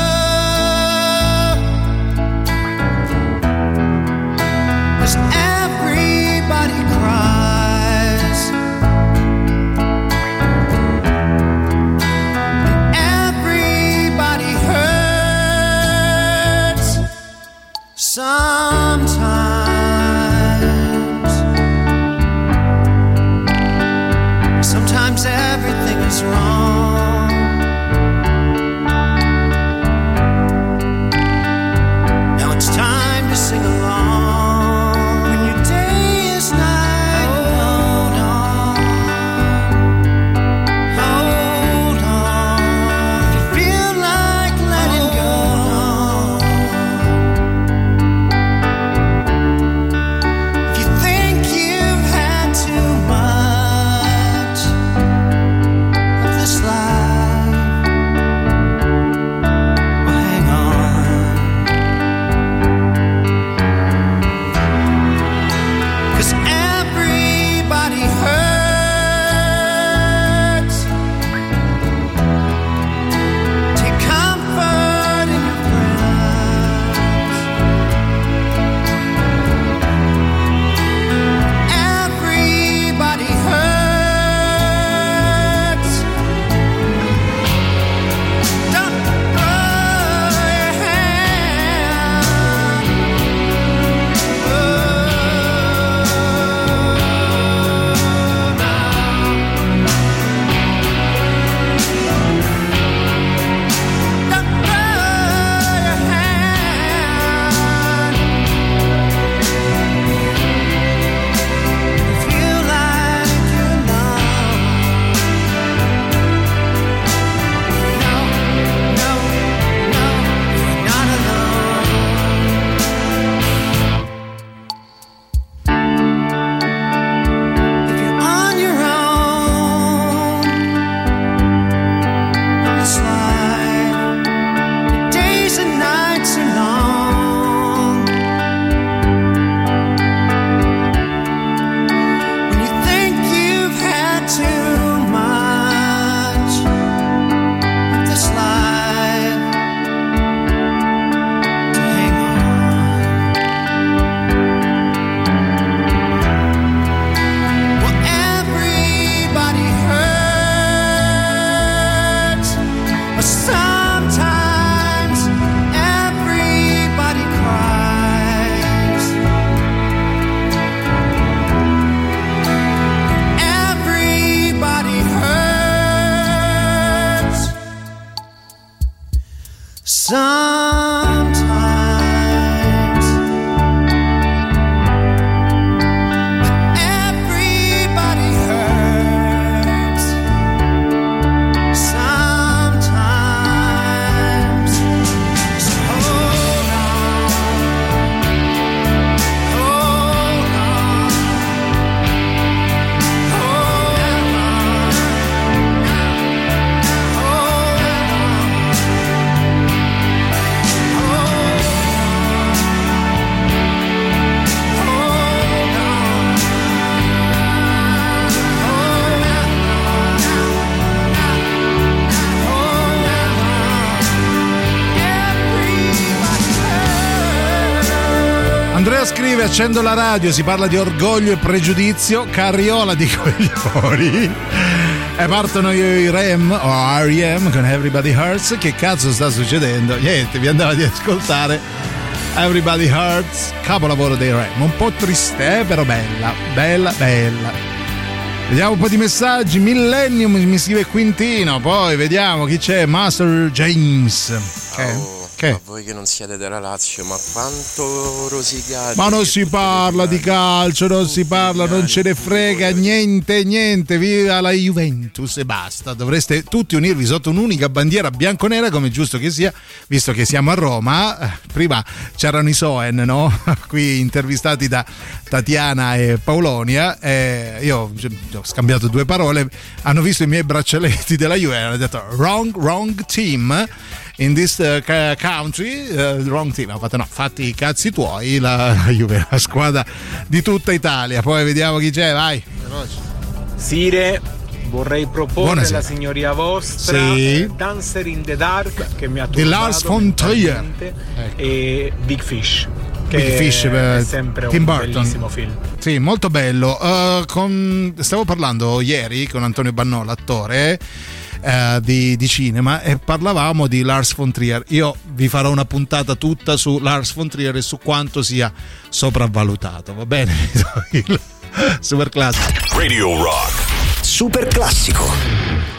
'cause everybody cries and everybody hurts sometimes. Sometimes everything is wrong. Now it's time to sing along. When your day is night, hold on, hold on. If you feel like letting go, scrive: accendo la radio, si parla di orgoglio e pregiudizio, carriola di coglioni. E partono i R.E.M. o R.E.M. con Everybody Hurts. Che cazzo sta succedendo? Niente, vi andava di ascoltare Everybody Hurts, capolavoro dei R.E.M. Un po' triste, però bella. Vediamo un po' di messaggi. Millennium mi scrive Quintino. Poi vediamo chi c'è. Master James. Che? Ma voi che non siete della Lazio, ma quanto rosicate. Ma non si parla di calcio, non si parla, non ce ne frega niente, viva la Juventus e basta. Dovreste tutti unirvi sotto un'unica bandiera bianconera, come è giusto che sia, visto che siamo a Roma. Prima c'erano i Soen, no? Qui intervistati da Tatiana e Paolonia, io ho scambiato due parole, hanno visto i miei braccialetti della Juve e hanno detto wrong team in this country, wrong team. Ho fatto no, fatti i cazzi tuoi, la Juve, la squadra di tutta Italia. Poi vediamo chi c'è, vai. Sire, vorrei proporre Buonasera. alla signoria vostra Dancer in the Dark, che mi ha di Lars von Trier, e Big Fish, che Big Fish, è sempre Tim un Burton. bellissimo film. Sì, molto bello. Stavo parlando ieri con Antonio Bannò, l'attore di cinema, e parlavamo di Lars von Trier. Io vi farò una puntata tutta su Lars von Trier e su quanto sia sopravvalutato, va bene? Il super classico Radio Rock Super classico.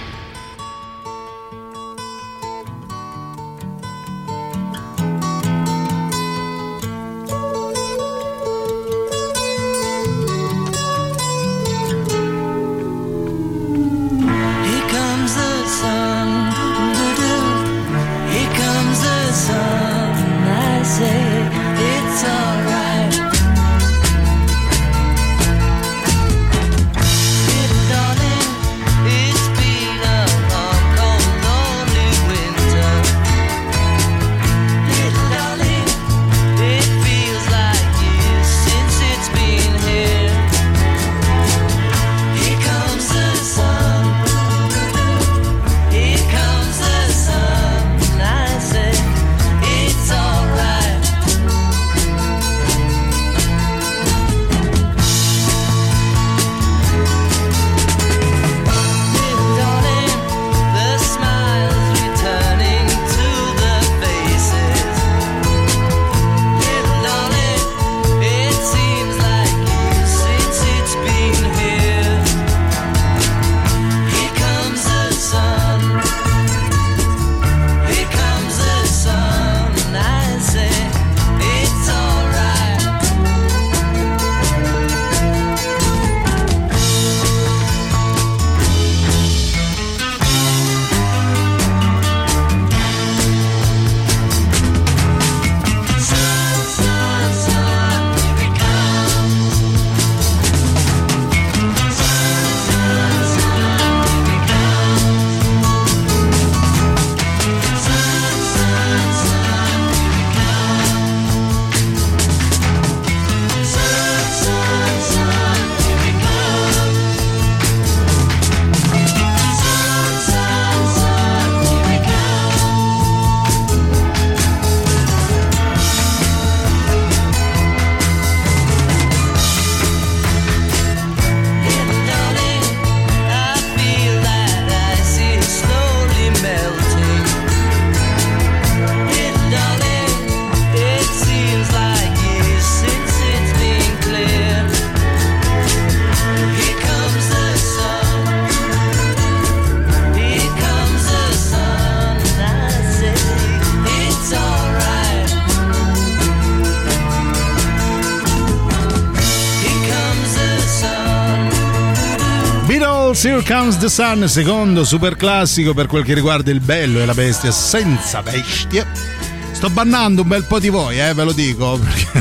Here Comes the Sun, secondo super classico per quel che riguarda il bello e la bestia senza bestie. Sto bannando un bel po' di voi, ve lo dico,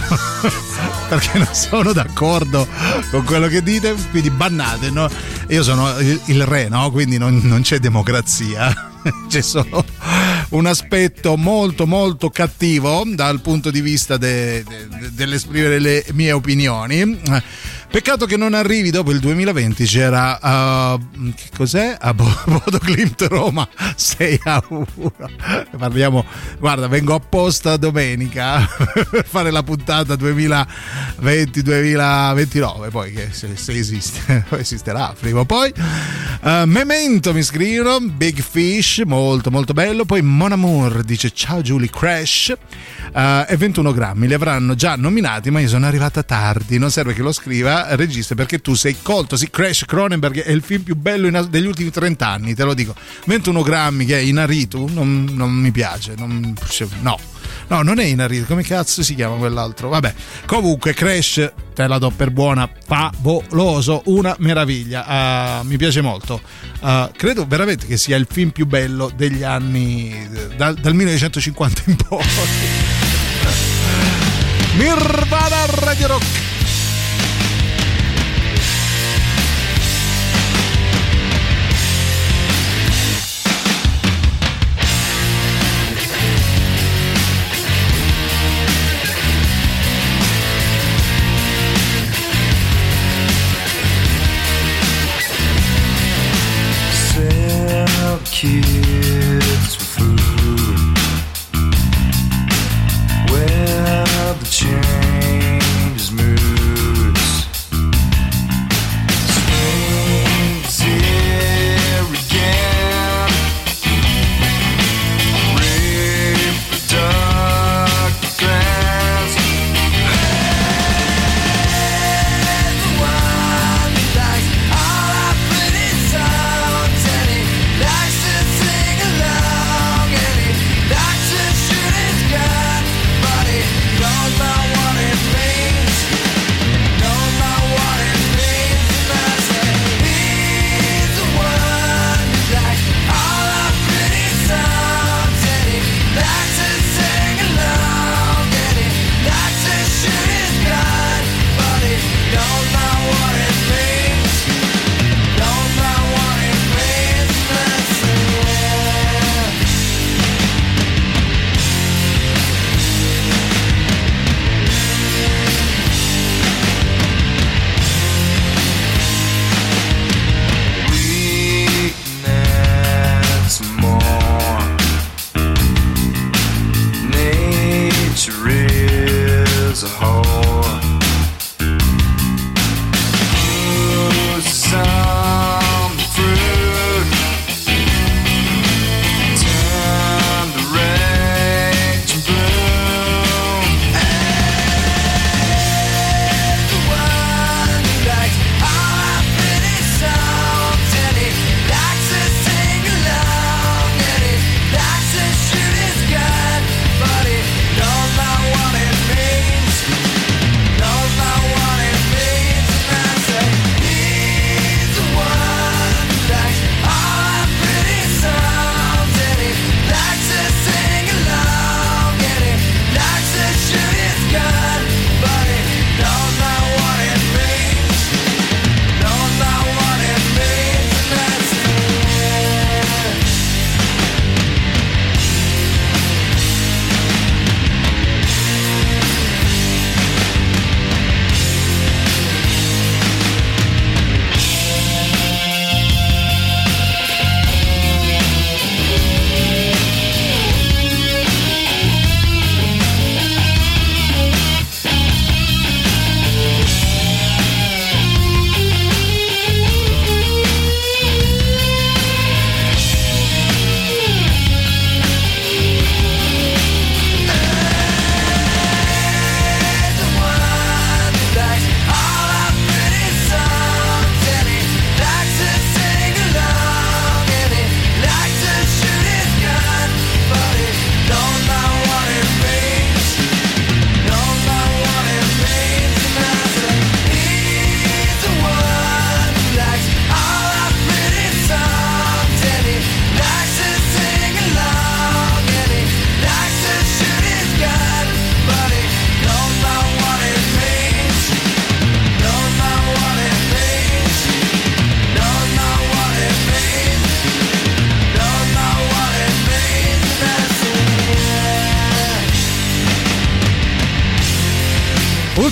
perché non sono d'accordo con quello che dite, quindi bannate, no? Io sono il re, no? Quindi non c'è democrazia, c'è solo un aspetto molto molto cattivo dal punto di vista dell'esprimere le mie opinioni. Peccato che non arrivi dopo il 2020. C'era che cos'è? A Bodo Glimt Roma 6-1. Parliamo, guarda, vengo apposta domenica per fare la puntata 2020-2029, poi che se esiste, poi esisterà prima o poi. Memento mi scrivono, Big Fish, molto molto bello. Poi Mon Amour dice ciao Julie, Crash, e 21 grammi li avranno già nominati, ma io sono arrivata tardi. Non serve che lo scriva, regista, perché tu sei colto. Sì, Crash Cronenberg è il film più bello degli ultimi 30 anni, te lo dico. 21 grammi che è Inaritu non mi piace, no, non è Inaritu, come cazzo si chiama quell'altro? Vabbè, comunque Crash te la do per buona, favoloso, una meraviglia, mi piace molto. Credo veramente che sia il film più bello degli anni dal 1950 in poi. Nirvana Radio Rock. Kids for food, where the change is moved.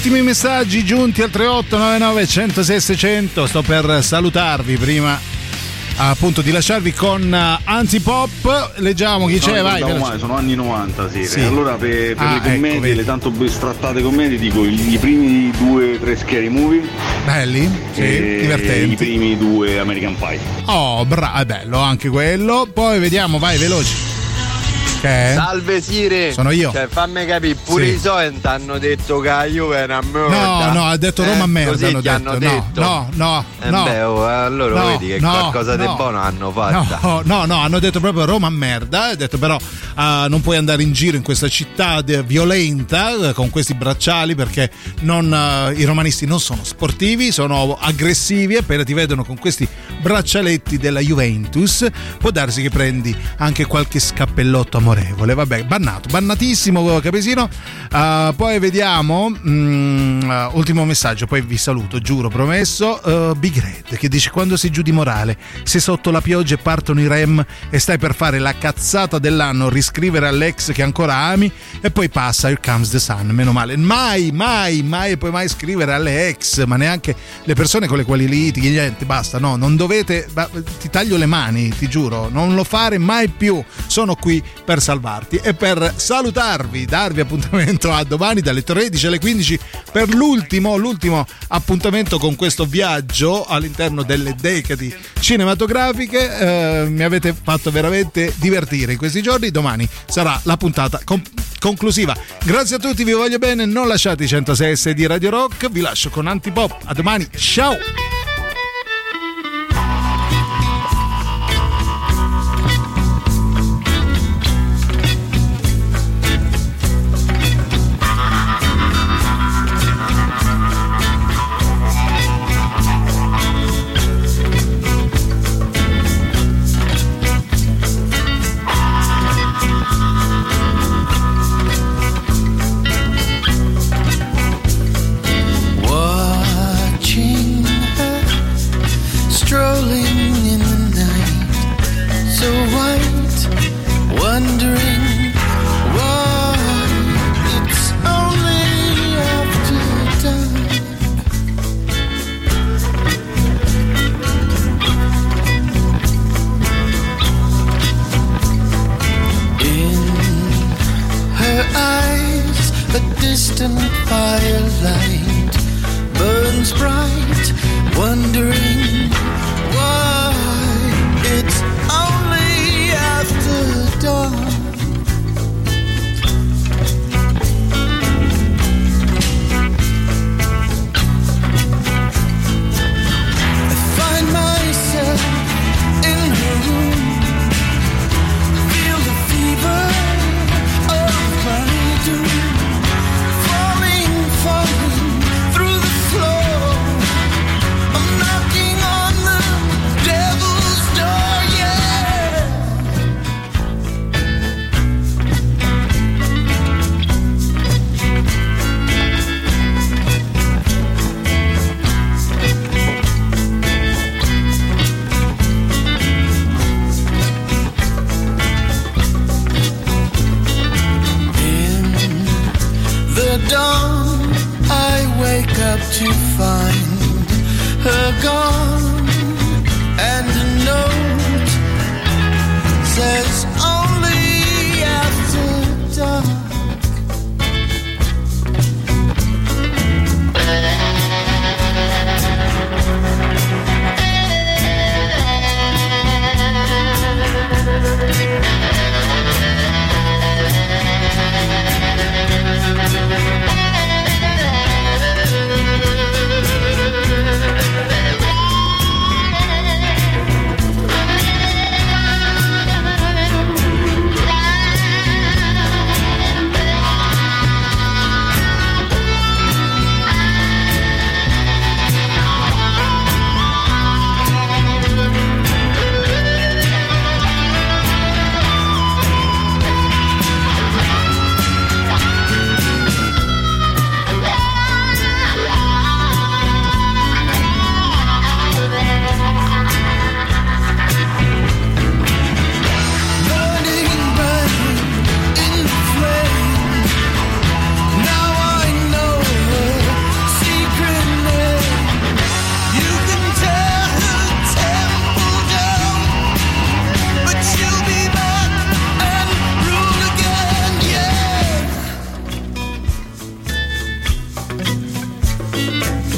Ultimi messaggi giunti al 3899 106 600. Sto per salutarvi prima appunto di lasciarvi con Antipop. Leggiamo chi c'è, vai. Mai, sono anni 90, sì. Allora per le commedie, ecco, le tanto bistrattate commedie, dico i primi 2-3 Scary Movie. Belli, sì, divertenti. I primi 2 American Pie. Oh, è bello anche quello. Poi vediamo, vai, veloci. Salve Siri, sono io. Cioè, fammi capire, pure i Soent hanno detto che la Juve è una merda. No, ha detto Roma merda. Così hanno detto. No. Allora vedi che qualcosa di buono hanno fatto. No, hanno detto proprio Roma merda. Ha detto però non puoi andare in giro in questa città violenta con questi bracciali, perché i romanisti non sono sportivi, sono aggressivi, e appena ti vedono con questi braccialetti della Juventus può darsi che prendi anche qualche scappellotto amorevole. Vabbè, bannatissimo Capesino. Poi vediamo ultimo messaggio, poi vi saluto, giuro, promesso. Big Red che dice: quando sei giù di morale, sei sotto la pioggia e partono i rem e stai per fare la cazzata dell'anno, riscrivere all'ex che ancora ami, e poi passa Here Comes the Sun, meno male, mai puoi mai scrivere alle ex, ma neanche le persone con le quali litighi, niente, basta, no, non dovete, ti taglio le mani, ti giuro, non lo fare mai più. Sono qui per salvarti e per salutarvi, darvi appuntamento a domani dalle 13 alle 15 per l'ultimo appuntamento con questo viaggio all'interno delle decadi cinematografiche. Mi avete fatto veramente divertire in questi giorni. Domani sarà la puntata conclusiva. Grazie a tutti, vi voglio bene, non lasciate i 106 di Radio Rock, vi lascio con Antipop. A domani, ciao.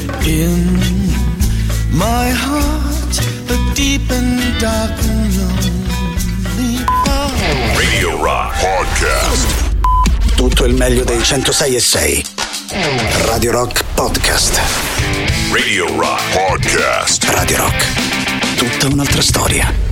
In my heart, a deep and dark and lonely part. Radio Rock Podcast. Tutto il meglio dei 106.6. Radio Rock Podcast. Radio Rock Podcast. Radio Rock. Tutta un'altra storia.